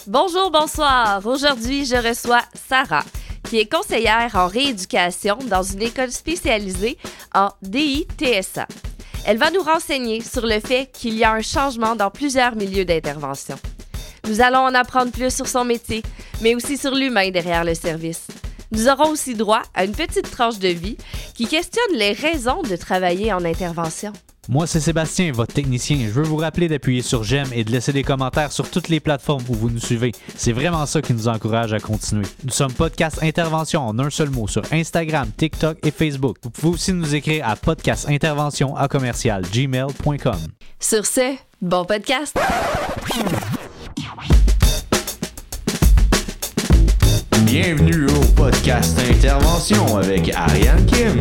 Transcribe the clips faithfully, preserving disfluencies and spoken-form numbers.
Bonjour, bonsoir. Aujourd'hui, je reçois Sarah, qui est conseillère en rééducation dans une école spécialisée en D I T S A. Elle va nous renseigner sur le fait qu'il y a un changement dans plusieurs milieux d'intervention. Nous allons en apprendre plus sur son métier, mais aussi sur l'humain derrière le service. Nous aurons aussi droit à une petite tranche de vie qui questionne les raisons de travailler en intervention. Moi, c'est Sébastien, votre technicien. Je veux vous rappeler d'appuyer sur j'aime et de laisser des commentaires sur toutes les plateformes où vous nous suivez. C'est vraiment ça qui nous encourage à continuer. Nous sommes Podcast Intervention en un seul mot sur Instagram, TikTok et Facebook. Vous pouvez aussi nous écrire à podcastintervention à commercial gmail point com. Sur ce, bon podcast! Bienvenue au podcast Intervention avec Ariane Kim.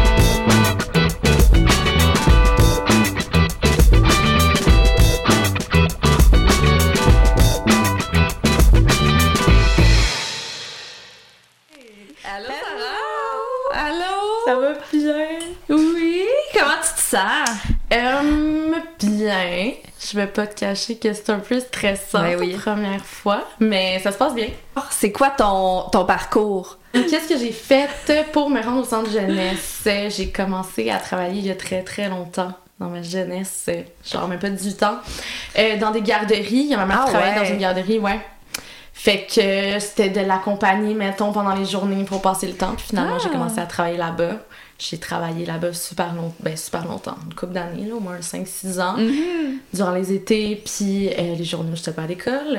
Allô, Sarah? Allô? Ça va bien? Oui? Comment tu te sens? Euh, bien. Je vais pas te cacher que c'est un peu stressant Ben oui. la première fois, mais ça se passe bien. C'est quoi ton, ton parcours? Qu'est-ce que j'ai fait pour me rendre au centre jeunesse? J'ai commencé à travailler il y a très très longtemps. Dans ma jeunesse, genre même pas dix-huit ans, euh, dans des garderies. Il y a ma mère Ah qui travaillait ouais. dans une garderie, ouais. Fait que c'était de l'accompagner, mettons, pendant les journées pour passer le temps. Puis finalement, Ah. j'ai commencé à travailler là-bas. J'ai travaillé là-bas super, long... ben, super longtemps, une couple d'années, là, au moins cinq six ans, Mm-hmm. durant les étés, puis euh, les journées où j'étais pas à l'école.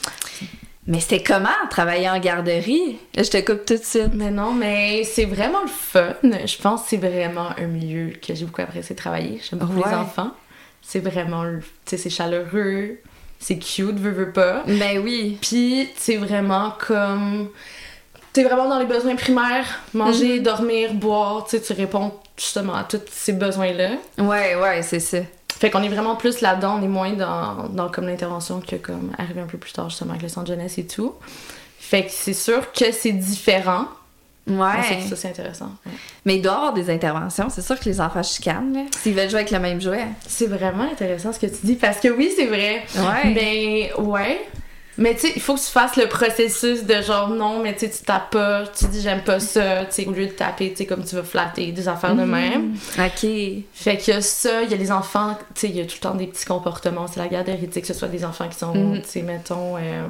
Mais c'était comment travailler en garderie? Là, je te coupe tout de suite. Mais non, mais c'est vraiment le fun. Je pense que c'est vraiment un milieu que j'ai beaucoup apprécié de travailler. J'aime beaucoup Ouais. les enfants. C'est vraiment, le- tu sais, c'est chaleureux, c'est cute, veux, veux pas. Ben oui. Puis c'est vraiment comme... T'es vraiment dans les besoins primaires, manger, Mhm. dormir, boire, tu sais, tu réponds justement à tous ces besoins-là. Ouais, ouais, c'est ça. Fait qu'on est vraiment plus là-dedans, on est moins dans, dans comme l'intervention que comme arriver un peu plus tard justement avec le centre jeunesse et tout. Fait que c'est sûr que c'est différent. Ouais. Mais c'est- ça, c'est intéressant. Ouais. Mais il doit y avoir des interventions. C'est sûr que les enfants chicanent, là. S'ils veulent jouer avec le même jouet. C'est vraiment intéressant ce que tu dis, parce que oui, c'est vrai. Ouais. Mais ouais. Mais tu sais, il faut que tu fasses le processus de genre non, mais tu sais, tu tapes pas, tu dis j'aime pas ça, tu sais, au lieu de taper, tu sais, comme tu veux flatter, des affaires de même. OK. Fait que ça, il y a les enfants, tu sais, il y a tout le temps des petits comportements, c'est la garderie, tu sais, que ce soit des enfants qui sont, Mhm. tu sais, mettons, euh,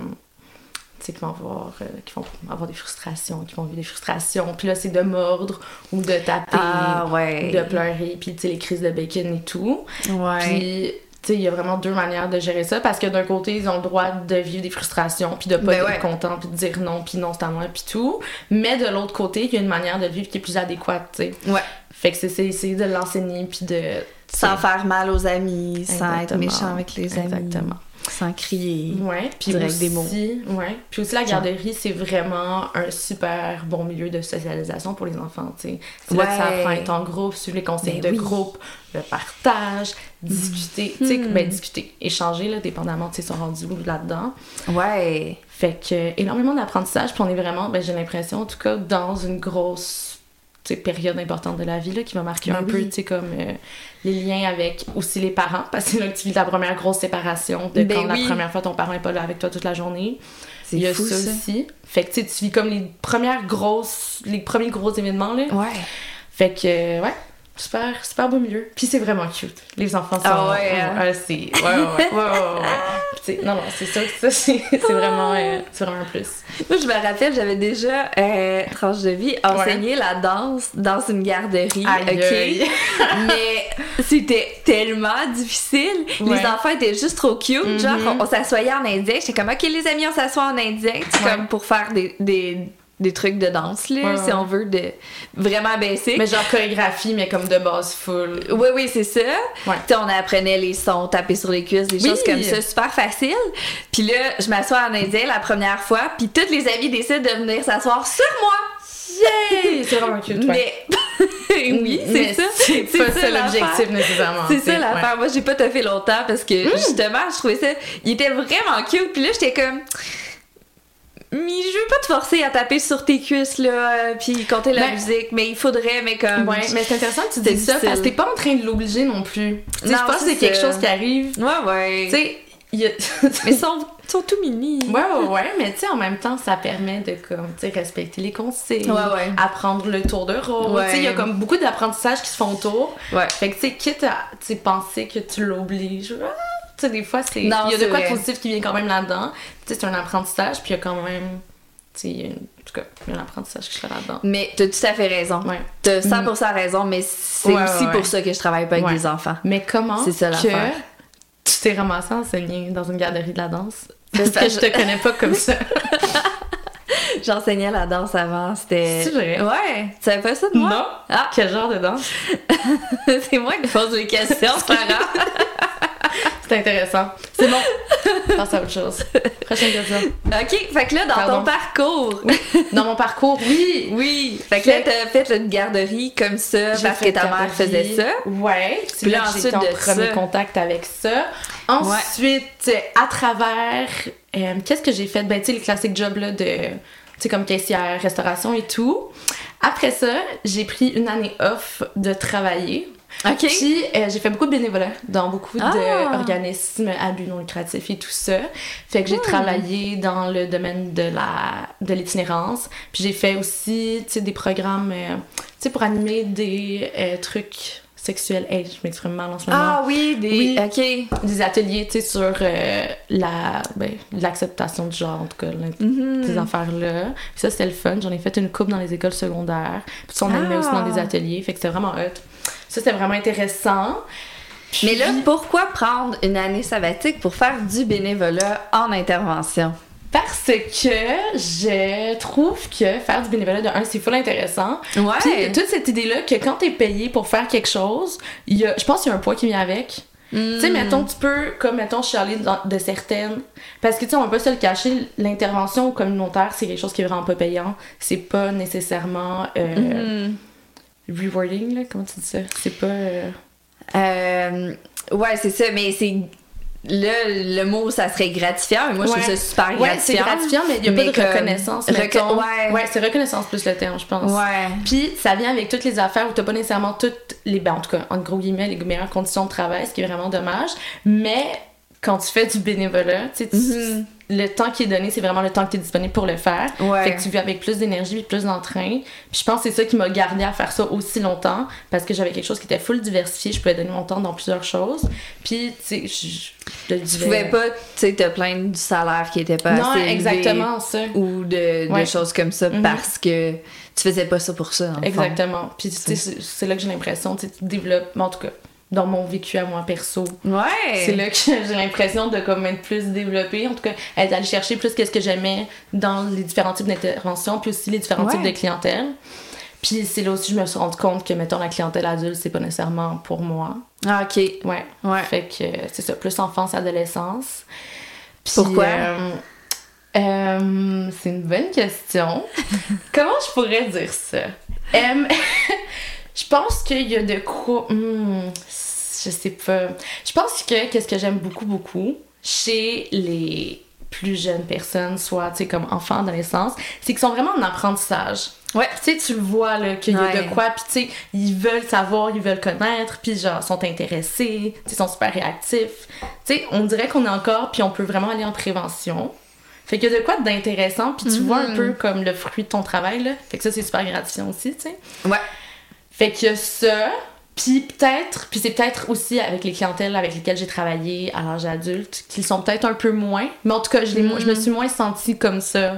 tu sais, qui vont avoir, euh, qui vont avoir des frustrations, qui vont vivre des frustrations, puis là, c'est de mordre ou de taper, Ah, ouais. ou de pleurer, puis tu sais, les crises de bacon et tout. Ouais. Puis, tu sais, il y a vraiment deux manières de gérer ça, parce que d'un côté, ils ont le droit de vivre des frustrations, puis de pas Ben être ouais. contents, puis de dire non, puis non, c'est à moi, puis tout. Mais de l'autre côté, il y a une manière de vivre qui est plus adéquate, tu sais. Ouais. Fait que c'est c'est essayer de l'enseigner, puis de... Sans faire mal aux amis, sans être Exactement. méchant avec les amis. Exactement. Sans crier. Ouais, puis Direct aussi, des mots. ouais. Puis aussi la garderie, c'est vraiment un super bon milieu de socialisation pour les enfants, tu sais. C'est là que ça Ouais. apprend à être en groupe, suivre les conseils Ben de oui. groupe, le partage, discuter, tu sais, Hmm. ben discuter, échanger, là, dépendamment, tu sais, sont rendus où là-dedans. Ouais. Fait que énormément d'apprentissage, puis on est vraiment, ben j'ai l'impression, en tout cas, dans une grosse, tu sais, période importante de la vie, là, qui va marquer Ben un oui. peu, tu sais, comme euh, les liens avec aussi les parents, parce que c'est là que tu vis ta première grosse séparation de Ben quand oui. la première fois ton parent est pas là avec toi toute la journée. C'est Il y a fou, ça, ça. aussi. Fait que tu sais, tu vis comme les premières grosses, les premiers gros événements, là. Ouais. Fait que, euh, ouais, super, super beau milieu. Puis c'est vraiment cute. Les enfants sont... Ah ouais, hein? ouais, c'est... Ouais, ouais, ouais, ouais, ouais, ouais. Puis, tu sais, non, non, c'est sûr que ça, c'est c'est vraiment, euh, c'est vraiment un plus. Moi, je me rappelle, j'avais déjà, euh, tranche de vie, enseigné la danse dans une garderie, Aïe, OK? aïe. Mais c'était tellement difficile. Ouais. Les enfants étaient juste trop cute. Mhm. Genre, on, on s'assoyait en indien. J'étais comme, OK, les amis, on s'assoit en indien. C'est Ouais. comme pour faire des, des, des trucs de danse, là, Ouais, si ouais. on veut, de vraiment basic. Mais genre chorégraphie, mais comme de base full. Oui, oui, c'est ça. Ouais. Tu sais, on apprenait les sons, taper sur les cuisses, des Oui. choses comme ça, super facile. Puis là, je m'assois en indien la première fois, puis toutes les amis décident de venir s'asseoir sur moi. Yay! C'est vraiment cute, ouais. Mais oui, c'est Mais ça. C'est pas ça l'affaire. l'objectif nécessairement. C'est tu sais, ça l'affaire. Moi, j'ai pas toffé longtemps parce que justement, je trouvais ça. Il était vraiment cute. Puis là, j'étais comme. Mais je veux pas te forcer à taper sur tes cuisses, là, euh, puis compter la Ben, musique, mais il faudrait, mais comme. Ouais, mais c'est intéressant que tu C'est dises ça, difficile. parce que t'es pas en train de l'obliger non plus. Tu sais, Non, je pense que c'est c'est quelque ça. chose qui arrive. Ouais, ouais. Tu sais, il y a... Mais sauf, Ils sont tout mini. Ouais, ouais, ouais, mais tu sais, en même temps, ça permet de, comme, tu sais, respecter les consignes, Ouais, ouais. apprendre le tour de rôle. Ouais. Tu sais, il y a comme beaucoup d'apprentissages qui se font autour. Ouais. Fait que, tu sais, quitte à, tu sais, penser que tu l'obliges, ah, tu sais, des fois, c'est... Il y Non, a c'est de quoi de vrai. positif qui vient quand même là-dedans. Tu sais, c'est un apprentissage, puis il y a quand même... Tu sais, il y a une- en tout cas, il y a un apprentissage qui se fait là-dedans. Mais t'as tout à fait raison. Ouais. T'as cent pour cent raison, mais c'est Ouais, aussi ouais, pour ouais. ça que je travaille pas avec Ouais. des enfants. Mais comment C'est ça, que l'affaire. tu t'es ramassé à enseigner dans une garderie de la danse? Parce Parce que je te connais pas comme ça. J'enseignais la danse avant, c'était... C'est vrai? Ouais, tu savais pas ça de moi? Non? Ah, Quel genre de danse? c'est moi qui pose les questions, Sarah. C'est intéressant. C'est bon. Passe à autre chose. Prochaine question. OK, fait que là, dans Pardon. ton parcours... Dans mon parcours, oui. Oui, fait que là, t'as fait une garderie comme ça J'ai parce que fait ta mère garderie. faisait ça. Ouais. C'est Puis là là, que j'ai été en ensuite de premier ça- contact avec ça. Ensuite, à travers... euh, qu'est-ce que j'ai fait? Ben, tu sais, les classiques jobs, là, de... Tu sais, comme caissière, restauration et tout. Après ça, j'ai pris une année off de travailler. OK. Puis euh, j'ai fait beaucoup de bénévolat dans beaucoup Ah. d'organismes à but non lucratif et tout ça. Fait que j'ai Hmm. travaillé dans le domaine de la de l'itinérance. Puis j'ai fait aussi, tu sais, des programmes, euh, tu sais, pour animer des euh, trucs sexuels. Hey, je m'exprime mal en ce moment. Ah oui, des... Oui. OK. Des ateliers, tu sais, sur euh, la ben, l'acceptation du genre, en tout cas, l'in- Mhm. ces affaires-là. Puis ça, c'était le fun. J'en ai fait une couple dans les écoles secondaires. Puis ça, on animait Ah. aussi dans des ateliers. Fait que c'était vraiment hot. Ça, c'était vraiment intéressant. Mais là, Puis- pourquoi prendre une année sabbatique pour faire du bénévolat en intervention? Parce que je trouve que faire du bénévolat, de un, c'est full intéressant. Ouais. Puis toute cette idée-là que quand t'es payé pour faire quelque chose, il y a, je pense qu'il y a un poids qui vient avec. Mm. Tu sais, mettons, tu peux, comme, mettons, chialer dans- de certaines... Parce que, tu sais, on va pas se le cacher, l'intervention communautaire, c'est quelque chose qui est vraiment pas payant. C'est pas nécessairement euh, Mhm. rewarding, là, comment tu dis ça? C'est pas... euh, Euh, ouais, c'est ça, mais c'est... Là, le mot, ça serait gratifiant, mais moi, je Ouais. trouve ça super Ouais, c'est gratifiant. gratifiant, mais il y a Mais pas de comme- reconnaissance, reco- mettons. ouais. Ouais, c'est reconnaissance plus le terme, je pense. Ouais. Puis ça vient avec toutes les affaires où t'as pas nécessairement toutes les, ben en tout cas, en gros guillemets, les meilleures conditions de travail, ce qui est vraiment dommage. Mais quand tu fais du bénévolat, tu sais, tu- Mhm. le temps qui est donné, c'est vraiment le temps que t'es disponible pour le faire. Ouais. Fait que tu vis avec plus d'énergie et plus d'entrain. Puis je pense que c'est ça qui m'a gardé à faire ça aussi longtemps, parce que j'avais quelque chose qui était full diversifié, je pouvais donner mon temps dans plusieurs choses. Puis, tu sais, je, je le Tu disais- pouvais pas, tu sais, te plaindre du salaire qui était pas Non, assez élevé exactement ça. ou de, de Ouais. choses comme ça Mhm. parce que tu faisais pas ça pour ça, en Exactement. Puis tu sais, c'est c'est là que j'ai l'impression, tu sais, tu développes, en tout cas, dans mon vécu à moi perso. Ouais. C'est là que j'ai l'impression de comme être plus développée, en tout cas, être allée chercher plus qu'est-ce que j'aimais dans les différents types d'interventions, puis aussi les différents Ouais. types de clientèle. Puis c'est là aussi que je me suis rendu compte que, mettons, la clientèle adulte, c'est pas nécessairement pour moi. Ah, OK. Ouais. Ouais. Fait que euh, c'est ça, plus enfance, adolescence. Puis, Pourquoi? euh, euh, c'est une bonne question. Comment je pourrais dire ça? Euh, je pense qu'il y a de quoi... hmm, je sais pas. Je pense que qu'est-ce que j'aime beaucoup, beaucoup chez les plus jeunes personnes, soit, tu sais, comme enfants, adolescents, c'est qu'ils sont vraiment en apprentissage. Ouais. Tu sais, tu le vois, là, qu'il y a Ouais. de quoi, puis tu sais, ils veulent savoir, ils veulent connaître, puis genre, sont intéressés, tu sais, sont super réactifs. Tu sais, on dirait qu'on est encore, puis on peut vraiment aller en prévention. Fait qu'il y a de quoi d'intéressant, puis tu Mhm. vois un peu comme le fruit de ton travail, là. Fait que ça, c'est super gratifiant aussi, tu sais. Ouais. Fait qu'il y a ça, puis peut-être, puis c'est peut-être aussi avec les clientèles avec lesquelles j'ai travaillé à l'âge adulte, qu'ils sont peut-être un peu moins, mais en tout cas, je, l'ai mo- je me suis moins sentie comme ça.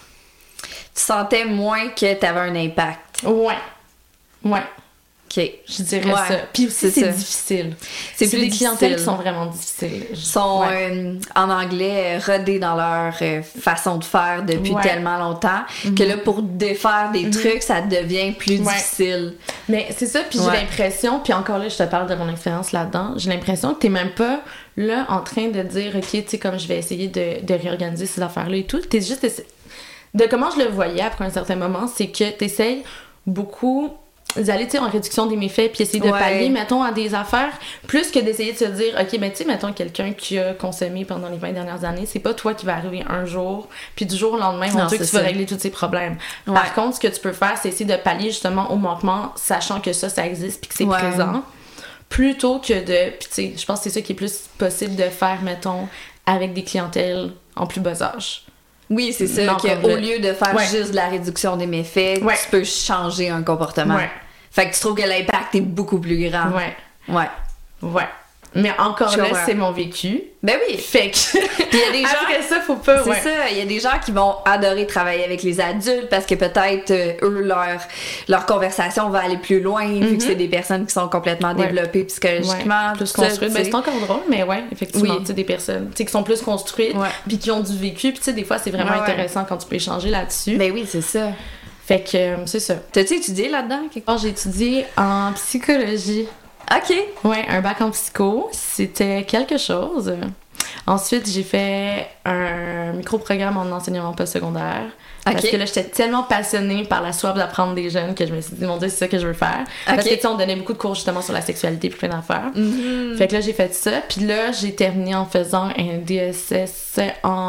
Tu sentais moins que t'avais un impact. Ouais. Ouais. OK. Je dirais Ouais, ça. Puis aussi, c'est c'est ça. difficile. C'est C'est plus des clientèles difficile. qui sont vraiment difficiles. Ils sont, Ouais. euh, en anglais, euh, rodés dans leur euh, façon de faire depuis Ouais. tellement longtemps que là, pour défaire des trucs, ça devient plus Ouais. difficile. Mais c'est ça, puis Ouais. j'ai l'impression, puis encore là, je te parle de mon expérience là-dedans, j'ai l'impression que t'es même pas là en train de dire, OK, tu sais, comme je vais essayer de, de réorganiser ces affaires-là et tout. T'es juste... essa- De comment je le voyais après un certain moment, c'est que t'essayes beaucoup d'aller, tu sais, en réduction des méfaits, puis essayer de Ouais. pallier, mettons, à des affaires, plus que d'essayer de se dire, OK, ben tu sais, mettons, quelqu'un qui a consommé pendant les vingt dernières années, c'est pas toi qui va arriver un jour, puis du jour au lendemain, on Non, dit que c'est tu vas ça. régler tous ces problèmes. Ouais. Par contre, ce que tu peux faire, c'est essayer de pallier justement au manquement, sachant que ça, ça existe, puis que c'est Ouais. présent, plutôt que de... Puis tu sais, je pense que c'est ça qui est plus possible de faire, mettons, avec des clientèles en plus bas âge. Oui, c'est ça, Non, qu'au le... lieu de faire ouais. juste de la réduction des méfaits, ouais. tu peux changer un comportement. Ouais. Fait que tu trouves que l'impact est beaucoup plus grand. Ouais. Ouais. Ouais. Mais encore Je là, comprends. c'est mon vécu. Ben oui. Fait que... Puis il y a des gens... Après ça, faut pas... C'est ouais. ça, il y a des gens qui vont adorer travailler avec les adultes parce que peut-être, euh, eux, leur, leur conversation va aller plus loin mm-hmm. vu que c'est des personnes qui sont complètement ouais. développées psychologiquement. Ouais. Plus ça, construites. Ben, c'est encore drôle, mais ouais, effectivement, oui. tu sais, des personnes tu sais, qui sont plus construites ouais. puis qui ont du vécu. Puis tu sais, des fois, c'est vraiment ouais, intéressant ouais. quand tu peux échanger là-dessus. Ben oui, c'est ça. Fait que, euh, c'est ça. T'as-tu étudié là-dedans? Quelque part? J'ai étudié en psychologie. OK. Ouais, un bac en psycho. C'était quelque chose. Ensuite, j'ai fait un micro-programme en enseignement postsecondaire. Parce okay. que là, j'étais tellement passionnée par la soif d'apprendre des jeunes que je me suis dit, mon Dieu, c'est ça que je veux faire. Okay. Parce que, tu sais, on donnait beaucoup de cours justement sur la sexualité et plein d'affaires. Mm-hmm. Fait que là, j'ai fait ça. Puis là, j'ai terminé en faisant un D S S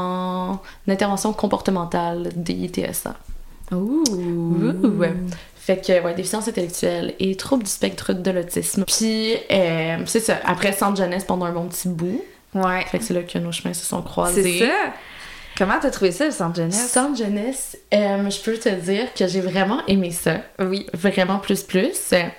en intervention comportementale, D I T S A. Ouh! Ouh. Fait que, ouais, déficience intellectuelle et troubles du spectre de l'autisme. Puis, euh, c'est ça. Après Centre Jeunesse pendant un bon petit bout. Ouais. Fait que c'est là que nos chemins se sont croisés. C'est ça. Comment t'as trouvé ça, le Centre Jeunesse? Centre Jeunesse, euh, je peux te dire que j'ai vraiment aimé ça. Oui. Vraiment plus plus.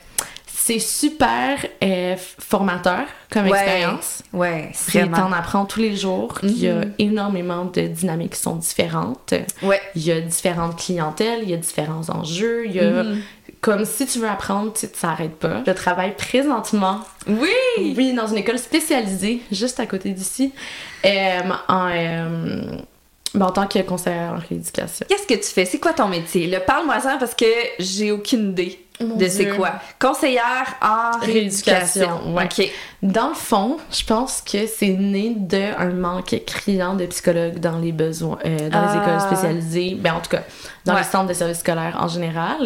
C'est super euh, formateur comme ouais. expérience. Ouais, vraiment. T'en apprends tous les jours. Mm-hmm. Il y a énormément de dynamiques qui sont différentes. Ouais. Il y a différentes clientèles, il y a différents enjeux, il y a... Mm-hmm. Comme si tu veux apprendre, tu t'arrêtes pas. Je travaille présentement. Oui! Oui, dans une école spécialisée, juste à côté d'ici, euh, en... Euh, Ben, en tant que conseillère en rééducation. Qu'est-ce que tu fais? C'est quoi ton métier? Là, parle-moi-ça parce que j'ai aucune idée Mon de Dieu. C'est quoi. Conseillère en rééducation. rééducation. Ouais. OK. Dans le fond, je pense que c'est né d'un manque criant de psychologues dans les besoins, euh, dans ah. les écoles spécialisées. Ben, en tout cas, dans ouais. les centres de services scolaires en général.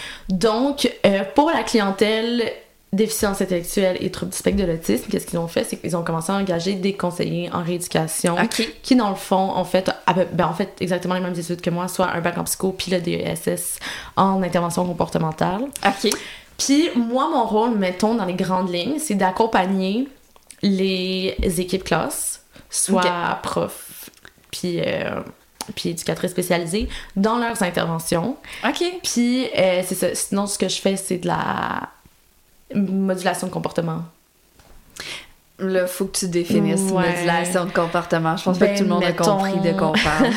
Donc, euh, pour la clientèle déficience intellectuelle et troubles du spectre de l'autisme, qu'est-ce qu'ils ont fait? C'est qu'ils ont commencé à engager des conseillers en rééducation okay. qui, dans le fond, ont fait, ben, en fait exactement les mêmes études que moi, soit un bac en psycho puis le D E S S en intervention comportementale. OK. Puis moi, mon rôle, mettons, dans les grandes lignes, c'est d'accompagner les équipes classes, soit okay. profs, puis... Euh, puis éducatrices spécialisées, dans leurs interventions. OK. Puis, euh, c'est ça. Sinon, ce que je fais, c'est de la modulation de comportement. Là, faut que tu définisses ouais. modulation de comportement. Je pense ben, pas que tout le monde mettons... a compris de quoi on parle.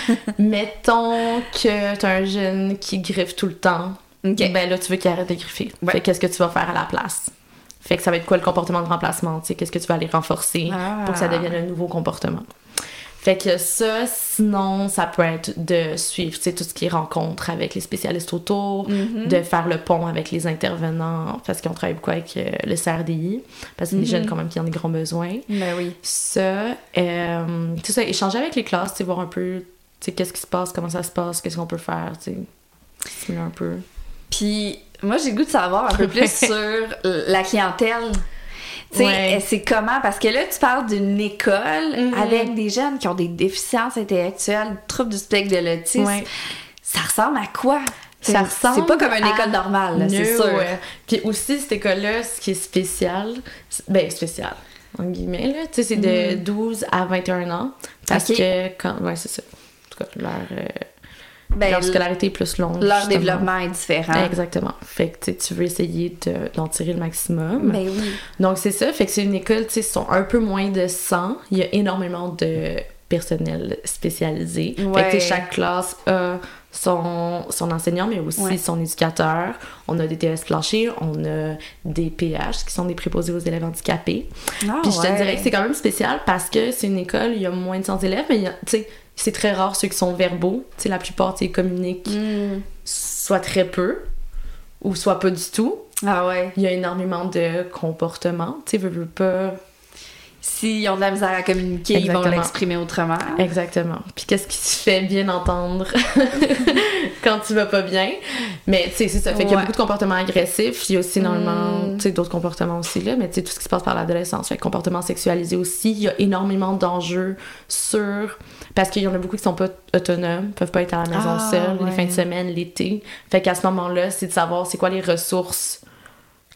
Mettons que t'as un jeune qui griffe tout le temps. Okay. Ben là, tu veux qu'il arrête de griffer. Ouais. Fait qu'est-ce que tu vas faire à la place? Fait que ça va être quoi le comportement de remplacement? T'sais? Qu'est-ce que tu vas aller renforcer ah. pour que ça devienne un nouveau comportement? Fait que ça, sinon, ça peut être de suivre, tu sais, tout ce qui est rencontre avec les spécialistes autour, mm-hmm. de faire le pont avec les intervenants, parce qu'on travaille beaucoup avec euh, le C R D I, parce que mm-hmm. les jeunes, quand même, qui ont des grands besoins. Ben oui. Ça, euh, tu sais, échanger avec les classes, tu sais, voir un peu, tu sais, qu'est-ce qui se passe, comment ça se passe, qu'est-ce qu'on peut faire, tu sais, stimuler un peu. Puis, moi, j'ai le goût de savoir un peu plus sur la clientèle. Tu sais, ouais. c'est comment? Parce que là, tu parles d'une école mm-hmm. avec des jeunes qui ont des déficiences intellectuelles, troubles du spectre de l'autisme. Ouais. Ça ressemble à quoi? Ça ressemble C'est pas comme une école normale, là, c'est sûr. Ouais. Puis aussi, cette école-là, ce qui est spécial, ben spécial, en guillemets, là, tu sais, c'est de mm. douze à vingt et un ans. Parce okay. que, quand, ouais, c'est ça. En tout cas, leur... Euh, Ben, leur scolarité est plus longue. Leur justement. développement est différent. Exactement. Fait que tu veux essayer de, d'en tirer le maximum. Ben oui. Donc c'est ça. Fait que c'est une école, tu sais, sont un peu moins de cent. Il y a énormément de personnel spécialisé. Ouais. Fait que chaque classe a son, son enseignant, mais aussi ouais. son éducateur. On a des T S planchers, on a des P H qui sont des préposés aux élèves handicapés. Ah, Puis je ouais. te dirais que c'est quand même spécial parce que c'est une école, il y a moins de cent élèves, mais tu sais, c'est très rare ceux qui sont verbaux. Tu sais, la plupart, tu sais, communiquent mm. soit très peu ou soit pas du tout. Ah ouais. Il y a énormément de comportements. Tu sais, veux, veux pas... S'ils ont de la misère à communiquer, Exactement. Ils vont l'exprimer autrement. Exactement. Puis qu'est-ce qui se fait bien entendre quand tu vas pas bien? Mais tu sais, c'est ça. Fait ouais. qu'il y a beaucoup de comportements agressifs. Il y a aussi énormément, mm. tu sais, d'autres comportements aussi, là. Mais tu sais, tout ce qui se passe par l'adolescence. Fait que comportements sexualisés aussi. Il y a énormément d'enjeux sur... Parce qu'il y en a beaucoup qui sont pas autonomes, peuvent pas être à la maison ah, seuls, ouais. les fins de semaine, l'été. Fait qu'à ce moment-là, c'est de savoir c'est quoi les ressources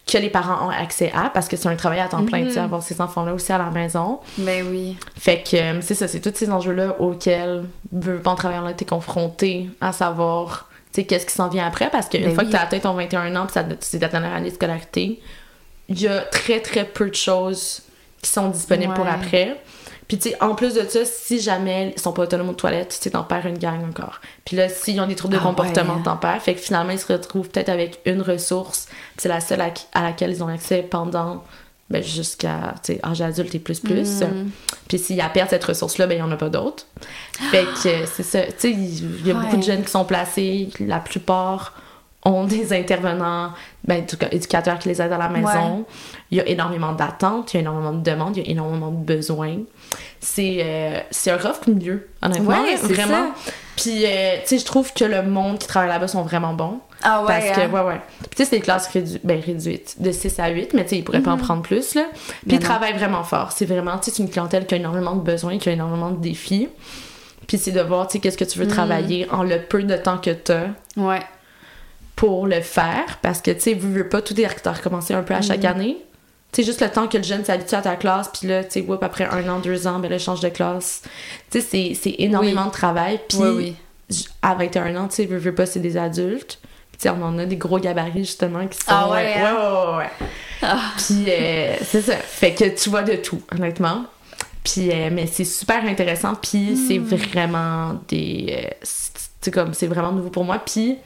que les parents ont accès à, parce que c'est un travail à temps plein, Mm-hmm. tu sais, avoir ces enfants-là aussi à la maison. Ben oui. Fait que euh, c'est ça, c'est tous ces enjeux-là auxquels, veux pas en travaillant là, t'es confronté à savoir, tu sais, qu'est-ce qui s'en vient après, parce qu'une Ben fois oui. que t'as atteint ton vingt et un ans, pis ça- c'est ta dernière année de scolarité, il y a très très peu de choses qui sont disponibles Ouais. pour après. Puis tu sais, en plus de ça, si jamais ils sont pas autonomes aux toilettes, tu sais, t'en perds une gang encore. Puis là, s'ils ont des troubles de Ah comportement, ouais. t'en perds. Fait que finalement, ils se retrouvent peut-être avec une ressource, puis c'est la seule à, à laquelle ils ont accès pendant, ben, jusqu'à, tu sais, âge adulte et plus plus. Mm. Puis s'ils la perdent cette ressource-là, ben il y en a pas d'autres. Fait que euh, c'est ça. Tu sais, il y a Ouais. beaucoup de jeunes qui sont placés, la plupart ont des intervenants, ben, en tout cas, éducateurs qui les aident à la maison. Ouais. Il y a énormément d'attentes, il y a énormément de demandes, il y a énormément de besoins. C'est, euh, c'est un rough milieu, honnêtement. Ouais, là, c'est vraiment. ça. Puis, euh, tu sais, je trouve que le monde qui travaille là-bas sont vraiment bons. Ah ouais, Parce que, hein? ouais, ouais. Puis, tu sais, c'est des classes rédu- ben, réduites, de six à huit, mais tu sais, ils pourraient pas en prendre plus, là. Puis, Mais ils non. travaillent vraiment fort. C'est vraiment, tu sais, c'est une clientèle qui a énormément de besoins, qui a énormément de défis. Puis, c'est de voir, tu sais, qu'est-ce que tu veux travailler en le peu de temps que t'as Ouais. pour le faire. Parce que, tu sais, veux, veux pas, tout est à recommencer un peu à chaque année. Tu sais, juste le temps que le jeune s'habitue à ta classe, puis là, tu sais, whoop, après un an, deux ans, ben là, change de classe. Tu sais, c'est, c'est énormément Oui. de travail. Puis, Oui, oui. j- à vingt et un ans, tu sais, veux, veux pas, c'est des adultes. Puis, tu sais, on en a des gros gabarits, justement, qui sont... Ah ouais, ouais, hein? ouais, ouais, ouais. Ah. Puis, euh, c'est ça. Fait que tu vois de tout, honnêtement. Puis, euh, mais c'est super intéressant. Puis, Hmm. c'est vraiment des... euh, c'est c'est comme, c'est vraiment nouveau pour moi. Puis,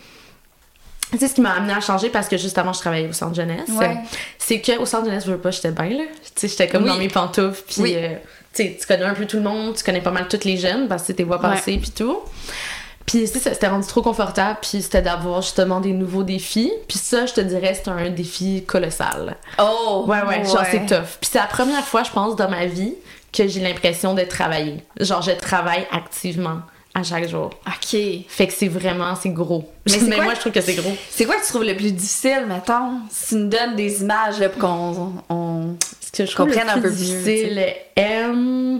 tu sais, ce qui m'a amené à changer, parce que justement, je travaillais au centre jeunesse, Ouais. c'est qu'au centre jeunesse, je veux pas, j'étais bien, là. Tu sais, j'étais comme Oui. dans mes pantoufles, puis Oui. euh, tu sais, tu connais un peu tout le monde, tu connais pas mal tous les jeunes, parce que t'es vois passer, puis tout. Puis c'est ça, c'était rendu trop confortable, puis c'était d'avoir justement des nouveaux défis. Puis ça, je te dirais, c'est un défi colossal. Oh! Ouais, ouais, genre c'est tough. Puis c'est la première fois, je pense, dans ma vie que j'ai l'impression de travailler. Genre, je travaille activement à chaque jour. OK. Fait que c'est vraiment, c'est gros. Mais Mais, c'est quoi- moi, je trouve que c'est gros. C'est quoi que tu trouves le plus difficile, mettons? Si tu nous donnes des images, là, pour qu'on... On... Ce que je trouve Comprenne le un plus peu mieux, difficile, euh,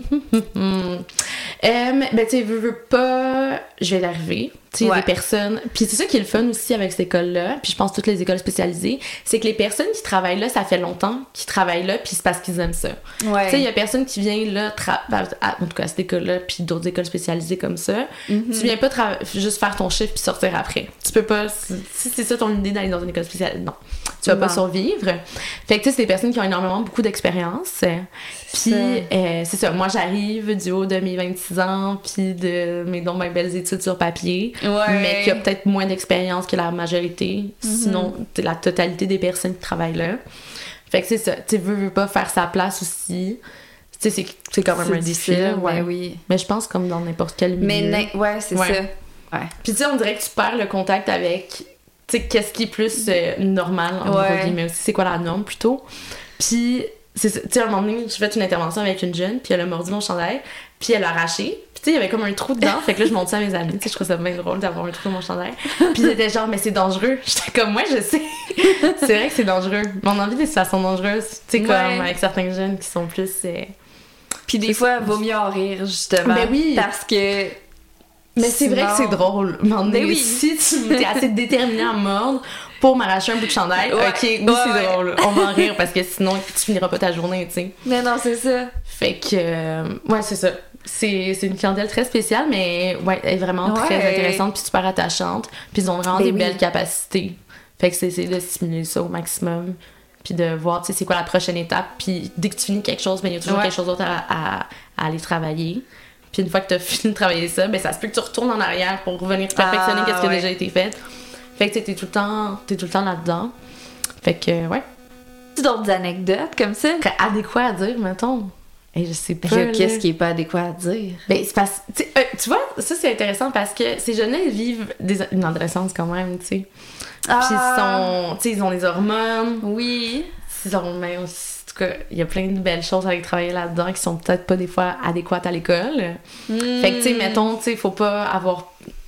euh, ben tu sais, veux, veux pas, je vais y arriver. Tu sais, il y a Ouais. des personnes, puis c'est ça qui est le fun aussi avec cette école-là, puis je pense toutes les écoles spécialisées, c'est que les personnes qui travaillent là, ça fait longtemps qu'ils travaillent là, puis c'est parce qu'ils aiment ça. Ouais. Tu sais, il y a personne qui vient là, tra- ben, à- en tout cas à cette école-là, puis d'autres écoles spécialisées comme ça. Mm-hmm. Tu viens pas tra- juste faire ton chiffre puis sortir après. Tu peux pas, si si c'est ça ton idée d'aller dans une école spécialisée, non. Tu vas pas Non. survivre. Fait que tu sais, c'est des personnes qui ont énormément beaucoup d'expérience. Puis ça. euh, c'est ça, moi j'arrive du haut de mes vingt-six ans, puis de mes donc bien belles études sur papier, Ouais. mais qui a peut-être moins d'expérience que la majorité, sinon t'sais, la totalité des personnes qui travaillent là. Fait que c'est ça, tu veux, veux pas faire sa place aussi. Tu sais, c'est, c'est quand même C'est un défi, difficile, là, ouais. mais oui. Mais je pense comme dans n'importe quel milieu. Mais na- ouais, c'est Ouais. ça. Ouais. Puis tu sais, on dirait que tu perds le contact avec, tu sais, qu'est-ce qui est plus euh, normal, en Ouais. gros guillemets aussi, c'est quoi la norme plutôt. Puis, c'est ça, tu sais, à un moment donné, j'ai fait une intervention avec une jeune, puis elle a mordu mon chandail, puis elle a arraché. Puis tu sais, il y avait comme un trou dedans, fait que là, je montre ça à mes amis, tu sais, je trouve ça bien drôle d'avoir un trou dans mon chandail. Puis ils étaient genre, mais c'est dangereux. J'étais comme, moi, je sais. C'est vrai que c'est dangereux. Mais on a envie des situations dangereuses, tu sais, comme Ouais. avec certains jeunes qui sont plus... euh, Puis des fois, vaut mieux en rire, justement. Ben oui. Parce que... Mais c'est vrai que Sinon- c'est drôle. Mais Ben oui. si tu es assez déterminé à mordre pour m'arracher un bout de chandail, Ouais. ok, oui, Ouais, c'est ouais. drôle. On va en rire parce que sinon, tu finiras pas ta journée, tu sais. Mais non, c'est ça. Fait que, euh, ouais, c'est ça. C'est, c'est une clientèle très spéciale, mais ouais, elle est vraiment très Ouais. intéressante puis super attachante. Puis ils ont vraiment Ben des oui. belles capacités. Fait que c'est essayer de stimuler ça au maximum. Puis de voir, tu sais, c'est quoi la prochaine étape. Puis dès que tu finis quelque chose, ben il y a toujours Ouais. quelque chose d'autre à, à, à aller travailler. Puis une fois que tu as fini de travailler ça, ben ça se peut que tu retournes en arrière pour revenir perfectionner Ah, qu'est-ce qui a ouais. déjà été fait. Fait que tu sais, t'es tout le temps, t'es tout le temps là-dedans. Fait que, ouais. Tu d'autres anecdotes comme ça? Très adéquat à dire, mettons. Et je sais pas. Que- là. Qu'est-ce qui est pas adéquat à dire? Ben, c'est parce tu sais, euh, tu vois, ça c'est intéressant parce que ces jeunes-là, ils vivent des, une adolescence quand même, tu sais. Puis ils sont, tu sais, ils ont des hormones. Oui. Ils ont, mais aussi, en tout cas, il y a plein de belles choses à aller travailler là-dedans qui sont peut-être pas des fois adéquates à l'école. Fait que, tu sais, mettons, tu sais, faut pas avoir.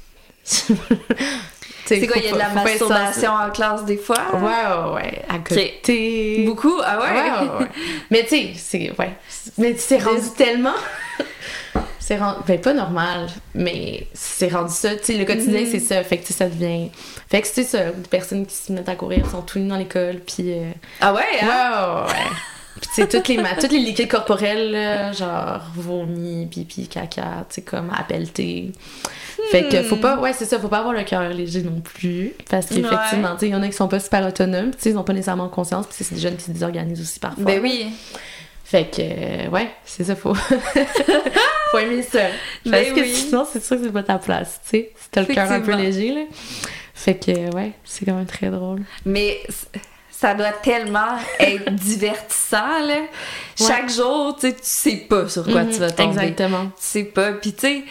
C'est quoi, il y a de la masturbation en classe des fois? Ouais, ouais, ouais. À côté. Beaucoup? Ah ouais? Ouais, ouais, ouais. Mais tu sais, c'est. Ouais. Mais c'est rendu tellement. c'est rendu... Ben, pas normal, mais c'est rendu ça. Tu sais, le quotidien, Mm-hmm. c'est ça. Fait que, tu sais, ça devient... Fait que, tu sais, ça, des personnes qui se mettent à courir sont tout nues dans l'école, puis... Euh... Ah ouais, Ouais, hein? ouais, ouais. Puis, tu sais, toutes les, ma... toutes les liquides corporels, là, genre vomi, pipi, caca, tu sais, comme appelleté. Fait que, faut pas... Ouais, c'est ça, faut pas avoir le cœur léger non plus. Parce qu'effectivement, Ouais. tu sais, il y en a qui sont pas super autonomes, tu sais, ils ont pas nécessairement conscience, puis c'est des jeunes qui se désorganisent aussi parfois. Ben oui. Fait que, euh, ouais, c'est ça, faut... faut aimer ça. Parce Ben que oui. sinon, c'est sûr que c'est pas ta place, tu sais. Si t'as le cœur un peu Effectivement. léger, là. Fait que, ouais, c'est quand même très drôle. Mais c- ça doit tellement être divertissant, là. Chaque jour, tu sais, tu sais pas sur quoi tu vas tomber. Exactement. Tu sais pas. Puis, tu sais,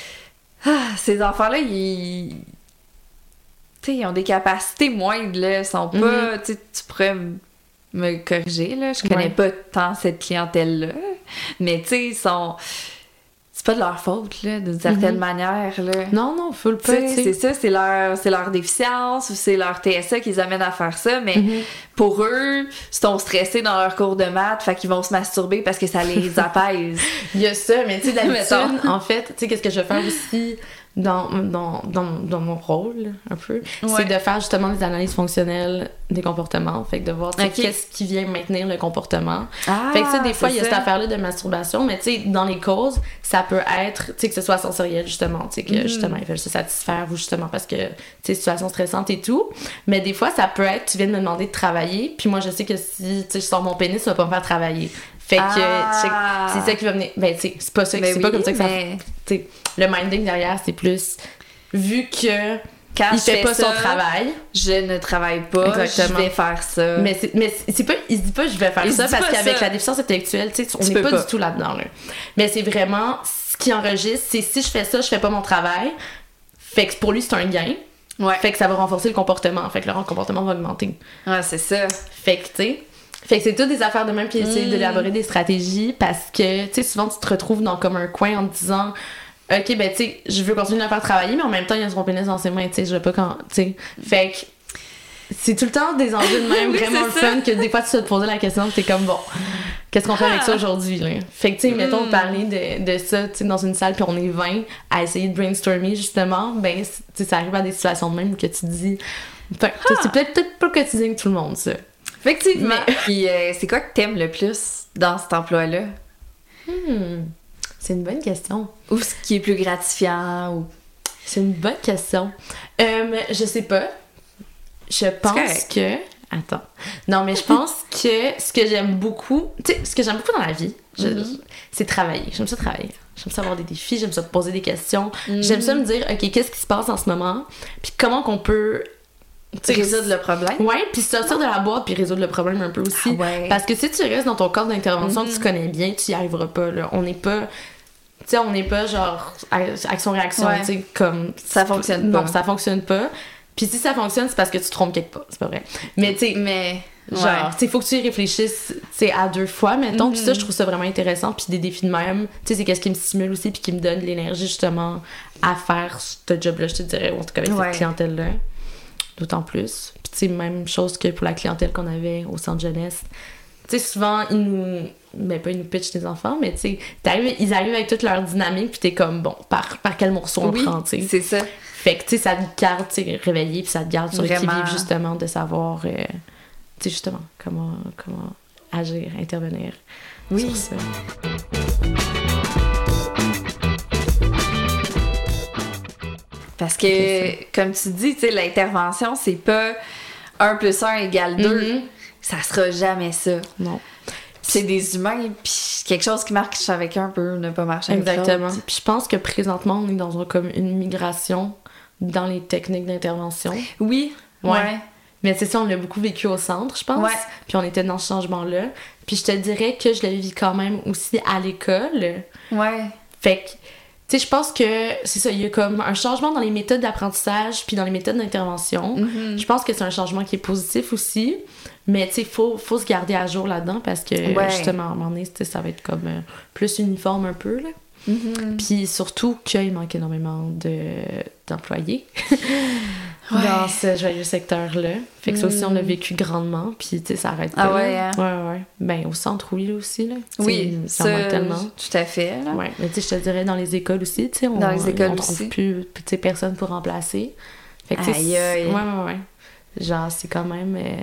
ah, ces enfants-là, ils... Tu sais, ils ont des capacités moindres, là. Ils sont pas... Tu sais, tu pourrais m- me corriger, là. Je connais Ouais. pas tant cette clientèle-là. Mais, tu sais, ils sont... C'est pas de leur faute, là, d'une certaine Mhm. manière, là. Non, non, faut le Tu pas, sais, tu c'est sais. ça, c'est leur, c'est leur déficience ou c'est leur T S A qui les amène à faire ça, mais Mhm. pour eux, ils sont stressés dans leur cours de maths, fait qu'ils vont se masturber parce que ça les apaise. Il y a ça, mais tu sais, d'habitude, Mettons. en fait, tu sais, qu'est-ce que je vais faire aussi dans, dans, dans, dans mon rôle, un peu, Ouais. c'est de faire justement des analyses fonctionnelles des comportements. Fait que de voir, tu sais, Ok. qu'est-ce qui vient maintenir le comportement. Ah, Fait que ça, des fois, c'est il y a cette ça. affaire-là de masturbation, mais tu sais, dans les causes, ça peut être, tu sais, que ce soit sensoriel, justement, tu sais, que Mhm. justement, ils veulent se satisfaire ou justement parce que, tu sais, situation stressante et tout. Mais des fois, ça peut être, tu viens de me demander de travailler, puis moi, je sais que si, tu sais, je sors mon pénis, ça va pas me faire travailler. Fait que, Ah. tu sais, c'est ça qui va venir. Ben, tu sais, c'est pas ça, Ben c'est pas oui, comme ça que ça. mais Tu sais, le minding derrière, c'est plus. Vu que quand il je fait fais pas ça, son travail, je ne travaille pas, Exactement. je vais faire ça. mais c'est, mais c'est pas, il se dit pas je vais faire Il ça se dit parce pas qu'avec ça. la déficience intellectuelle, tu sais, on Tu n'est peux pas, pas. du tout là-dedans. Là. Mais c'est vraiment ce qui enregistre, c'est si je fais ça, je fais pas mon travail. Fait que pour lui, c'est un gain. Ouais, Fait que ça va renforcer le comportement. Fait que le comportement va augmenter. ouais c'est ça. Fait que, tu sais. Fait que c'est toutes des affaires de même, puis essayer Mm. d'élaborer des stratégies parce que, tu sais, souvent tu te retrouves dans comme un coin en te disant, OK, ben, tu sais, je veux continuer à le faire travailler, mais en même temps, il y a son pénis dans ses mains, tu sais, je veux pas quand. Tu sais. Fait que c'est tout le temps des enjeux de même, Oui, vraiment c'est le fun, que des fois tu vas te poser la question, t'es comme, bon, qu'est-ce qu'on fait avec ça aujourd'hui, là? Fait que, tu sais, mettons, Mm. parler de, de ça, tu sais, dans une salle, puis on est vingt à essayer de brainstormer, justement, ben, tu sais, ça arrive à des situations de même que tu te dis, Enfin, c'est peut-être peut-être pas le quotidien de tout le monde, ça. Effectivement. Mais- Puis euh, c'est quoi que t'aimes le plus dans cet emploi-là? Hmm, c'est une bonne question. Ou ce qui est plus gratifiant? Ou... C'est une bonne question. Euh, je sais pas. Je pense correct. que... Attends. Non, mais je pense que ce que j'aime beaucoup... Tu sais, ce que j'aime beaucoup dans la vie, je- Mhm. c'est travailler. J'aime ça travailler. J'aime ça avoir des défis, j'aime ça poser des questions. Mhm. J'aime ça me dire, OK, qu'est-ce qui se passe en ce moment? Puis comment qu'on peut... tu sais, Résoudre le problème? Ouais, puis sortir de la boîte puis résoudre le problème un peu aussi. Ah ouais. Parce que si tu restes dans ton cadre d'intervention Mhm. que tu connais bien, tu y arriveras pas, là. On n'est pas... Tu sais, on n'est pas genre action-réaction, Ouais. tu sais, comme... Ça fonctionne Non, pas. ça fonctionne pas. Puis si ça fonctionne, c'est parce que tu te trompes quelque part, c'est pas vrai. Mais tu sais, Mais... genre, ouais. tu sais, faut que tu y réfléchisses, tu sais, à deux fois, mettons. Puis Mhm. ça, je trouve ça vraiment intéressant. Puis des défis de même, tu sais, c'est qu'est-ce qui me stimule aussi puis qui me donne de l'énergie, justement, à faire ce job-là, je te dirais, ou en tout cas avec Ouais. cette clientèle-là. D'autant plus. Puis tu sais, même chose que pour la clientèle qu'on avait au centre jeunesse. Tu sais, souvent, ils nous... Mais pas ils nous pitchent des enfants, mais tu sais, t'arrives- ils arrivent avec toute leur dynamique, puis t'es comme, bon, par, par quel morceau on Oui, prend, tu sais. c'est ça. Fait que, tu sais, ça te garde, tu sais, réveillé, puis ça te garde sur le Vraiment. qui-vive, justement, de savoir, euh, tu sais, justement, comment, comment agir, intervenir Oui. sur ça. Parce que, comme tu dis, tu sais, l'intervention, c'est pas un plus un égale deux. Mhm. Ça sera jamais ça. Non. C'est des humains, puis quelque chose qui marche avec un peut ne pas marcher avec Exactement. l'autre. Puis je pense que présentement, on est dans un- comme une migration dans les techniques d'intervention. Oui, Ouais. ouais. Mais c'est ça, on l'a beaucoup vécu au centre, je pense. Ouais. Puis on était dans ce changement-là. Puis je te dirais que je l'ai vécu quand même aussi à l'école. Ouais. Fait que, tu sais, je pense que c'est ça, il y a comme un changement dans les méthodes d'apprentissage puis dans les méthodes d'intervention. Mhm. Je pense que c'est un changement qui est positif aussi. Mais tu sais, il faut, faut se garder à jour là-dedans parce que, Ouais. justement, à un moment donné, tu sais, ça va être comme euh, plus uniforme un peu, là. Mhm. Puis surtout qu'il manque énormément de, d'employés. Ouais. dans ce joyeux secteur-là. Fait que ça aussi, on l'a vécu grandement, puis tu sais, ça arrête pas. Ah ouais, là. hein? Ouais, ouais. Ben, au centre, oui, aussi, là. T'sais, Oui, ça ça, manque tellement. tout à fait. Là. Ouais, mais tu sais, je te dirais, dans les écoles aussi, tu sais, on, Dans les écoles on trouve aussi. plus, tu sais, personne pour remplacer. Fait que, tu sais, Aïe, c'est- aïe. ouais, ouais, ouais. Genre, c'est quand même... euh,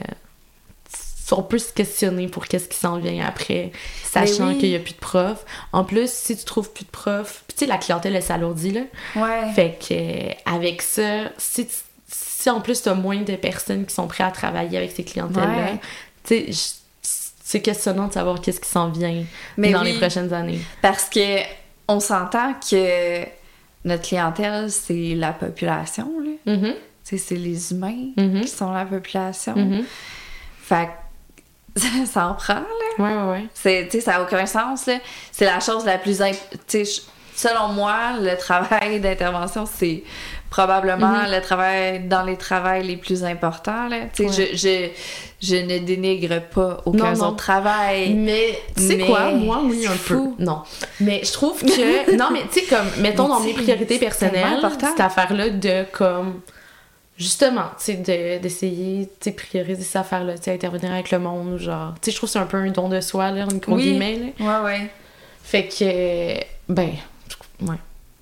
on peut se questionner pour qu'est-ce qui s'en vient après, sachant oui. qu'il y a plus de profs. En plus, si tu trouves plus de profs, puis tu sais, la clientèle, elle s'alourdit, là. Ouais. Fait que, euh, avec ça, si, tu- si en plus t'as moins de personnes qui sont prêtes à travailler avec ces clientèles-là, Ouais. tu sais, j- c'est questionnant de savoir qu'est-ce qui s'en vient Mais dans oui. les prochaines années. Parce que on s'entend que notre clientèle, c'est la population, là. Mhm, Tu sais, c'est les humains mhm, qui sont la population. mhm. Fait que ça, ça en prend, là. Ouais, ouais, ouais. C'est, tu sais, ça n'a aucun sens, là. C'est la chose la plus... imp- Tu sais, je- selon moi, le travail d'intervention, c'est probablement Mhm. le travail dans les travails les plus importants, là. Tu sais, Ouais. je, je, je ne dénigre pas aucun Non, non. autre travail. Mais tu sais Mais quoi, moi oui un c'est fou. peu. Non. Mais je trouve que non mais tu sais comme mettons Mais dans tu mes sais, priorités c'est personnelles, tellement important. cette affaire là de comme justement, tu sais de d'essayer tu sais prioriser cette affaire là, tu sais intervenir avec le monde genre, tu sais je trouve que c'est un peu un don de soi là, en gros Oui. guillemets là. Ouais, ouais. Fait que ben ouais.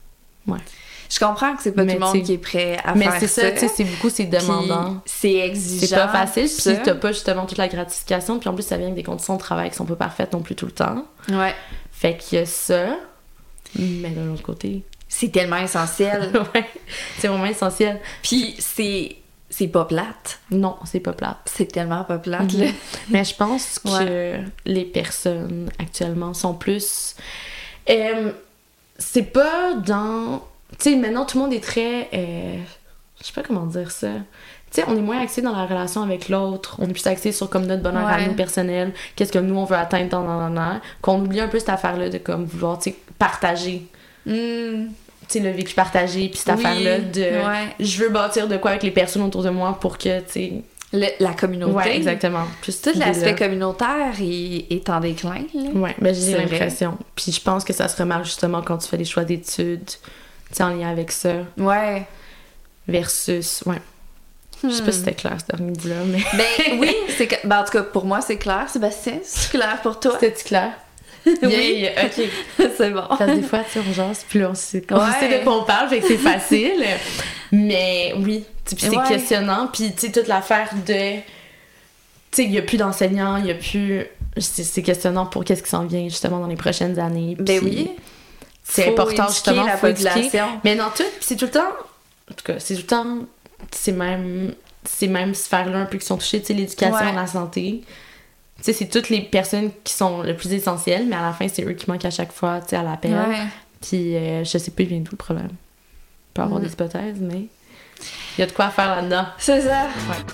Je comprends que c'est pas Mais tout le monde t'sais- qui est prêt à Mais faire c'est ça. ça, tu sais c'est beaucoup c'est Puis demandant. c'est exigeant. C'est pas facile, ça. puis t'as pas justement toute la gratification, puis en plus ça vient avec des conditions de travail qui sont pas parfaites non plus tout le temps. Ouais. Fait qu'il y a ça, mais de l'autre côté, C'est tellement essentiel. ouais, c'est vraiment essentiel. Puis c'est... C'est pas plate. Non, c'est pas plate. C'est tellement pas plate, Mhm. là. Mais je pense que Ouais. les personnes actuellement sont plus... euh, c'est pas dans... Tu sais, maintenant, tout le monde est très... euh, je sais pas comment dire ça. Tu sais, on est moins axé dans la relation avec l'autre. On est plus axé sur comme notre bonheur à Ouais. nous personnel. Qu'est-ce que nous, on veut atteindre dans dans- dans- dans- qu'on oublie un peu cette affaire-là de comme vouloir, tu sais, partager. Hmm. Tu sais, le vécu partagé, puis cette Oui, affaire-là de... ouais. Je veux bâtir de quoi avec les personnes autour de moi pour que, tu sais... Le- la communauté. Ouais, exactement. Plus Tout cette l'aspect idée-là. communautaire est, est en déclin, là. Ouais, ben j'ai C'est vrai. l'impression. Puis je pense que ça se remarque justement quand tu fais des choix d'études, tu sais, en lien avec ça, Ouais. versus... Ouais. Je sais pas si c'était clair, ce dernier bout-là, mais... Ben oui, c'est que... ben, en tout cas, pour moi, c'est clair. Sébastien, c'est clair pour toi? C'était-tu clair? Oui. Yeah, ok. C'est bon. Parce que des fois, tu sais, on jase, puis là, on sait, on Ouais. sait de quoi on parle, fait que c'est facile. Mais oui, tu sais, puis c'est Ouais. questionnant, puis tu sais, toute l'affaire de... Tu sais, il y a plus d'enseignants, il y a plus... C'est c'est questionnant pour qu'est-ce qui s'en vient, justement, dans les prochaines années. Ben puis oui. C'est Faut important, éduquer justement, la faut éduquer. population. Mais dans tout, pis c'est tout le temps... En tout cas, c'est tout le temps... C'est même... C'est même sphère-là un peu qui sont touchées, tu sais, l'éducation, Ouais. la santé. Tu sais, c'est toutes les personnes qui sont le plus essentielles, mais à la fin, c'est eux qui manquent à chaque fois, tu sais, à l'appel. Ouais. Puis euh, je sais pas, il vient d'où le problème. Il peut y avoir Mm. des hypothèses, mais il y a de quoi faire là-dedans. C'est ça.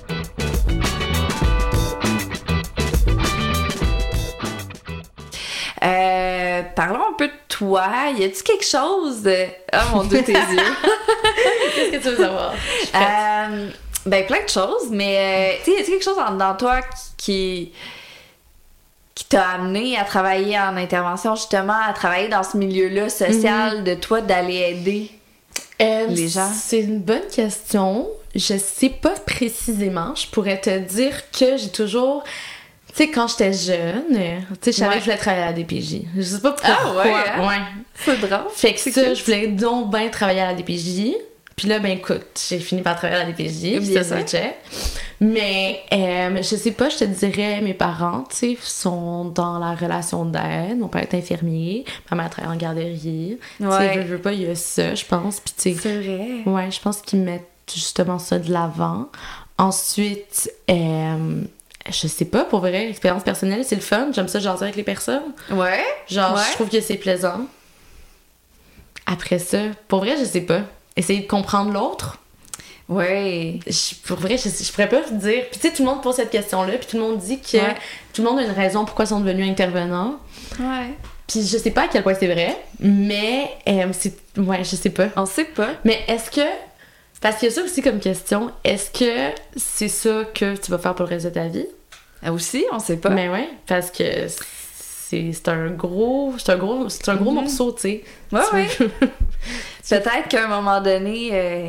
Euh, parlons un peu de toi. Y a-tu quelque chose de... Ah mon Dieu, tes yeux. Qu'est-ce que tu veux savoir? Euh, ben, plein de choses, mais euh, tu sais, y a-tu quelque chose en- dans toi qui, qui t'a amené à travailler en intervention, justement, à travailler dans ce milieu-là social, de toi, d'aller aider? Euh, Les gens. C'est une bonne question. Je sais pas précisément. Je pourrais te dire que j'ai toujours... Tu sais, quand j'étais jeune, euh, tu sais, je savais Ouais. que je voulais travailler à la D P J. Je sais pas pourquoi. Ah ouais, hein? Ouais. C'est drôle. Fait que C'est ça, cool. je voulais donc bien travailler à la D P J. Puis là, ben écoute, j'ai fini par travailler à la D P J. Puis Bien ça, sûr. c'est Mais euh, je sais pas, je te dirais, mes parents, tu sais, sont dans la relation d'aide. Mon père est infirmier, ma mère travaille en garderie. Tu sais, Ouais. veux, veux pas, il y a ça, je pense. Puis tu sais, C'est vrai. ouais, je pense qu'ils mettent justement ça de l'avant. Ensuite, euh, je sais pas, pour vrai, expérience personnelle, c'est le fun. J'aime ça jaser avec les personnes. Ouais. Genre, Ouais. je trouve que c'est plaisant. Après ça, pour vrai, je sais pas. Essayer de comprendre l'autre. Ouais. Je- pour vrai, je, je pourrais pas te dire. Puis tu sais, tout le monde pose cette question-là, puis tout le monde dit que Ouais. tout le monde a une raison pourquoi ils sont devenus intervenants. Ouais. Puis je sais pas à quel point c'est vrai, mais euh, c'est... Ouais, je sais pas. On sait pas. Mais est-ce que... Parce qu'il y a ça aussi comme question. Est-ce que c'est ça que tu vas faire pour le reste de ta vie? Ah, aussi, on sait pas. Mais ouais, parce que c'est c'est un gros... C'est un gros, c'est un gros Mhm. morceau, tu sais. Ouais, Tu ouais. veux- Peut-être qu'à un moment donné, euh,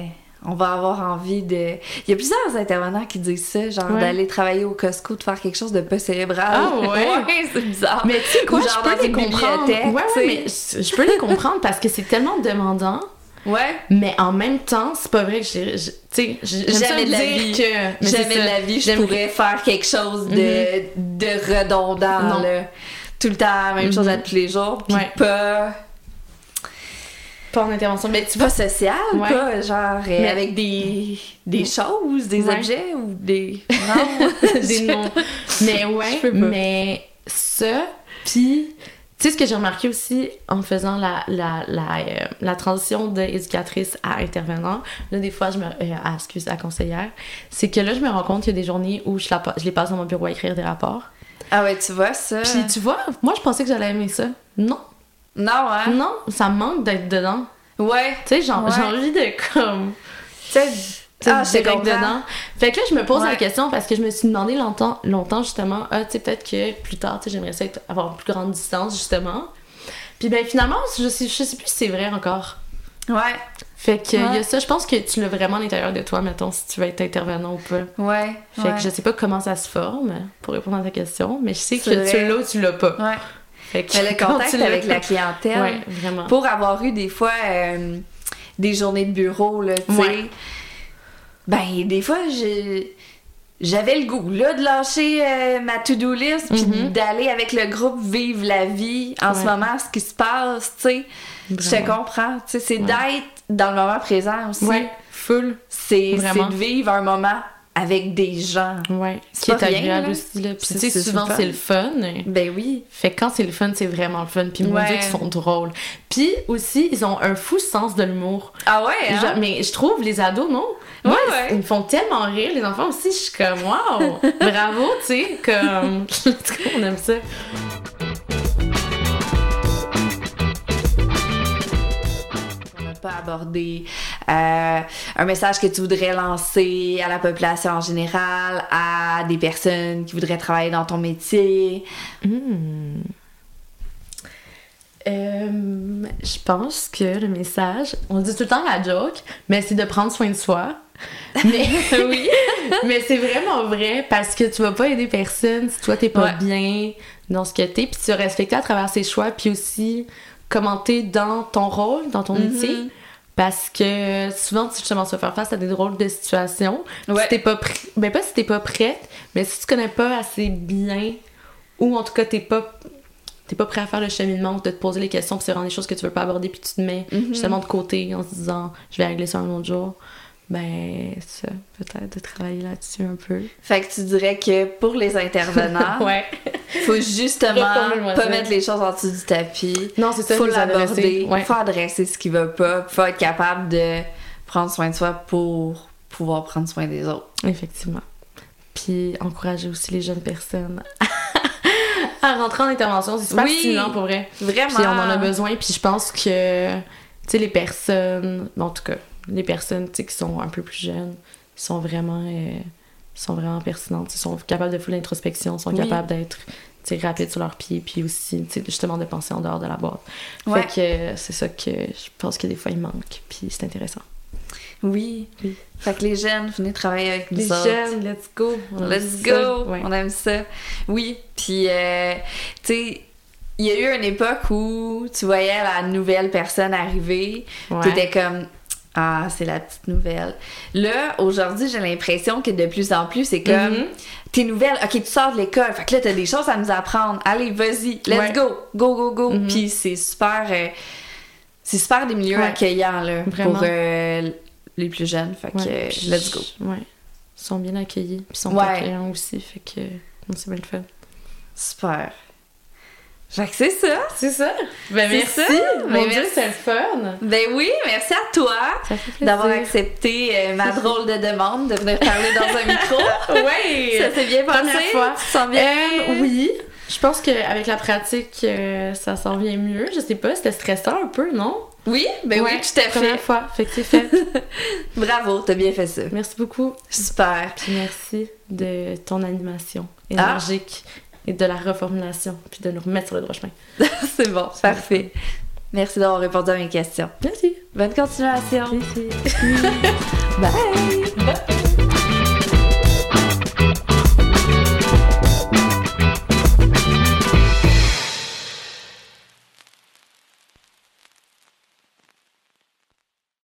on va avoir envie de... Il y a plusieurs intervenants qui disent ça, genre Ouais. d'aller travailler au Costco, de faire quelque chose de pas cérébral. Ah ouais? Ouais, c'est bizarre. Mais tu sais quoi, Ou je genre peux dans les une comprendre. bibliothèque, Ouais, tu ouais, sais. mais je je peux les comprendre parce que c'est tellement demandant. Ouais. Mais en même temps, c'est pas vrai que j'ai... j'ai- Tu sais, j'ai- j'aime ça Jamais de la dire vie. que... mais c'est Jamais ça. de la vie, je J'aime- pourrais faire quelque chose de, de redondant, Non. là. Tout le temps, la même Mhm. chose à tous les jours, puis Ouais. pas... Pas en intervention. Mais tu pas social, Ouais. pas genre euh, Mais- avec des, des choses, des Ouais. objets ou des... Non, des noms. Mais ouais, Je peux pas. mais ça, puis tu sais ce que j'ai remarqué aussi en faisant la, la, la, euh, la transition d'éducatrice à intervenant, là des fois je me... Euh, à, excuse, à conseillère, c'est que là je me rends compte qu'il y a des journées où je, la, pa- je les passe dans mon bureau à écrire des rapports. Ah ouais, tu vois ça? Puis tu vois, moi je pensais que j'allais aimer ça. Non, Non, hein? non, ça me manque d'être dedans. Ouais. Tu sais, j'ai Ouais. j'ai envie de comme... Tu sais, ah, Ah, je te direct comprends. dedans. Fait que là, je me pose Ouais. la question parce que je me suis demandé longtemps, longtemps justement, ah, tu sais, peut-être que plus tard, tu sais, j'aimerais ça être- avoir une plus grande distance, justement. Puis ben finalement, je sais, je sais plus si c'est vrai encore. Ouais, Fait que il y Ouais. a ça, je pense que tu l'as vraiment à l'intérieur de toi, mettons, si tu veux être intervenant ou pas. ouais. Fait ouais. que je sais pas comment ça se forme, pour répondre à ta question, mais je sais que C'est vrai. tu l'as ou tu l'as pas. Ouais. Fait que Mais le quand contact tu l'as avec pas- la clientèle, Ouais, vraiment. pour avoir eu des fois euh, des journées de bureau, là, tu sais, Ouais. ben, des fois, j'ai... J'avais le goût, là, de lâcher euh, ma to-do list puis Mhm. d'aller avec le groupe vivre la vie en ce Ouais. moment, ce qui se passe, tu sais. Je te Vraiment. comprends. Tu sais, c'est Ouais. d'être dans le moment présent aussi. Ouais, full. C'est c'est Vraiment. de vivre un moment avec des gens. Ouais, C'est qui est pas rien, agréable là. aussi, là. Puis C'est- tu sais, c'est souvent, super. c'est le fun. Ben oui. Fait que quand c'est le fun, c'est vraiment le fun. Puis mon Ouais. Dieu, qu'ils sont drôles. Puis aussi, ils ont un fou sens de l'humour. Ah ouais, hein? Genre, mais je trouve, les ados, non? Ouais, Moi, ouais. ils me font tellement rire. Les enfants aussi, je suis comme, waouh! Bravo, tu sais, comme... on aime ça. On n'a pas abordé euh, un message que tu voudrais lancer à la population en général, à des personnes qui voudraient travailler dans ton métier. Hmm. Euh, je pense que le message, on dit tout le temps la joke, mais c'est de prendre soin de soi. Mais oui, mais c'est vraiment vrai parce que tu vas pas aider personne si toi t'es pas Ouais. bien dans ce que t'es, puis tu vas respecter à travers ses choix, puis aussi commenter dans ton rôle, dans ton Mhm. métier. Parce que souvent, tu justement, tu vas faire face à des drôles de situations. Puis Ouais. Si t'es pas prêt, ben pas si t'es pas prête, mais si tu connais pas assez bien, ou en tout cas t'es pas t'es pas prêt à faire le cheminement ou de te poser les questions, puis c'est vraiment des choses que tu veux pas aborder, puis tu te mets Mhm. justement de côté en se disant je vais régler ça un autre jour. Ben, ça, peut-être de travailler là-dessus un peu. Fait que tu dirais que pour les intervenants, Ouais. faut justement Reformule-moi pas ça. mettre les choses en dessous du tapis. Non, c'est ça, Faut les l'aborder, adresser. Ouais. faut adresser ce qui va pas, faut être capable de prendre soin de soi pour pouvoir prendre soin des autres. Effectivement. Puis encourager aussi les jeunes personnes à rentrer en intervention. C'est super Oui. stimulant pour vrai. Vraiment. Puis on en a besoin. Puis je pense que, tu sais, les personnes, en tout cas, les personnes, tu sais, qui sont un peu plus jeunes, sont vraiment, euh, sont vraiment pertinentes. Ils sont capables de full introspection, sont Oui. capables d'être, tu sais, rapides sur leurs pieds, puis aussi, tu sais, justement, de penser en dehors de la boîte. Ouais. Fait que euh, c'est ça que je pense que des fois, il manque. Puis c'est intéressant. Oui. Oui. Fait que les jeunes, venez travailler avec nous Les autres. jeunes, let's go! On aime Let's ça. go! Ouais. On aime ça. Oui, puis, euh, tu sais, il y a eu une époque où tu voyais la nouvelle personne arriver, Ouais. t'étais comme « Ah, c'est la petite nouvelle. » Là, aujourd'hui, j'ai l'impression que de plus en plus, c'est comme Mhm. t'es nouvelle, ok, tu sors de l'école, fait que là, t'as des choses à nous apprendre. Allez, vas-y, let's Ouais. go! Go, go, go! Mhm. Puis c'est super... euh, c'est super des milieux Ouais. accueillants, là, Vraiment. pour euh, les plus jeunes. Fait que, Ouais, euh, puis let's go! je- Ouais. Ils sont bien accueillis, puis ils sont Ouais. accueillants aussi, fait que non, c'est bien le fun. Super. Fait que c'est ça. C'est ça. Ben C'est merci. ça. Mon Ben, Dieu, merci. c'est le fun. Ben oui, merci à toi Ça fait plaisir. d'avoir accepté euh, ma drôle de demande de venir parler dans un micro. Ouais. Ça s'est bien passé. Première fois. Tu te sens bien? Euh, oui. Je pense qu'avec la pratique, euh, ça s'en vient mieux. Je sais pas, c'était stressant un peu, non? Oui, ben Ouais, oui, tout à Première fait. fois. Fait que c'est fait. Bravo, t'as bien fait ça. Merci beaucoup. Super. Puis merci de ton animation Ah. énergique et de la reformulation, puis de nous remettre sur le droit chemin. C'est bon, parfait. Merci d'avoir répondu à mes questions. Merci. Bonne continuation. Merci. Bye! Bye!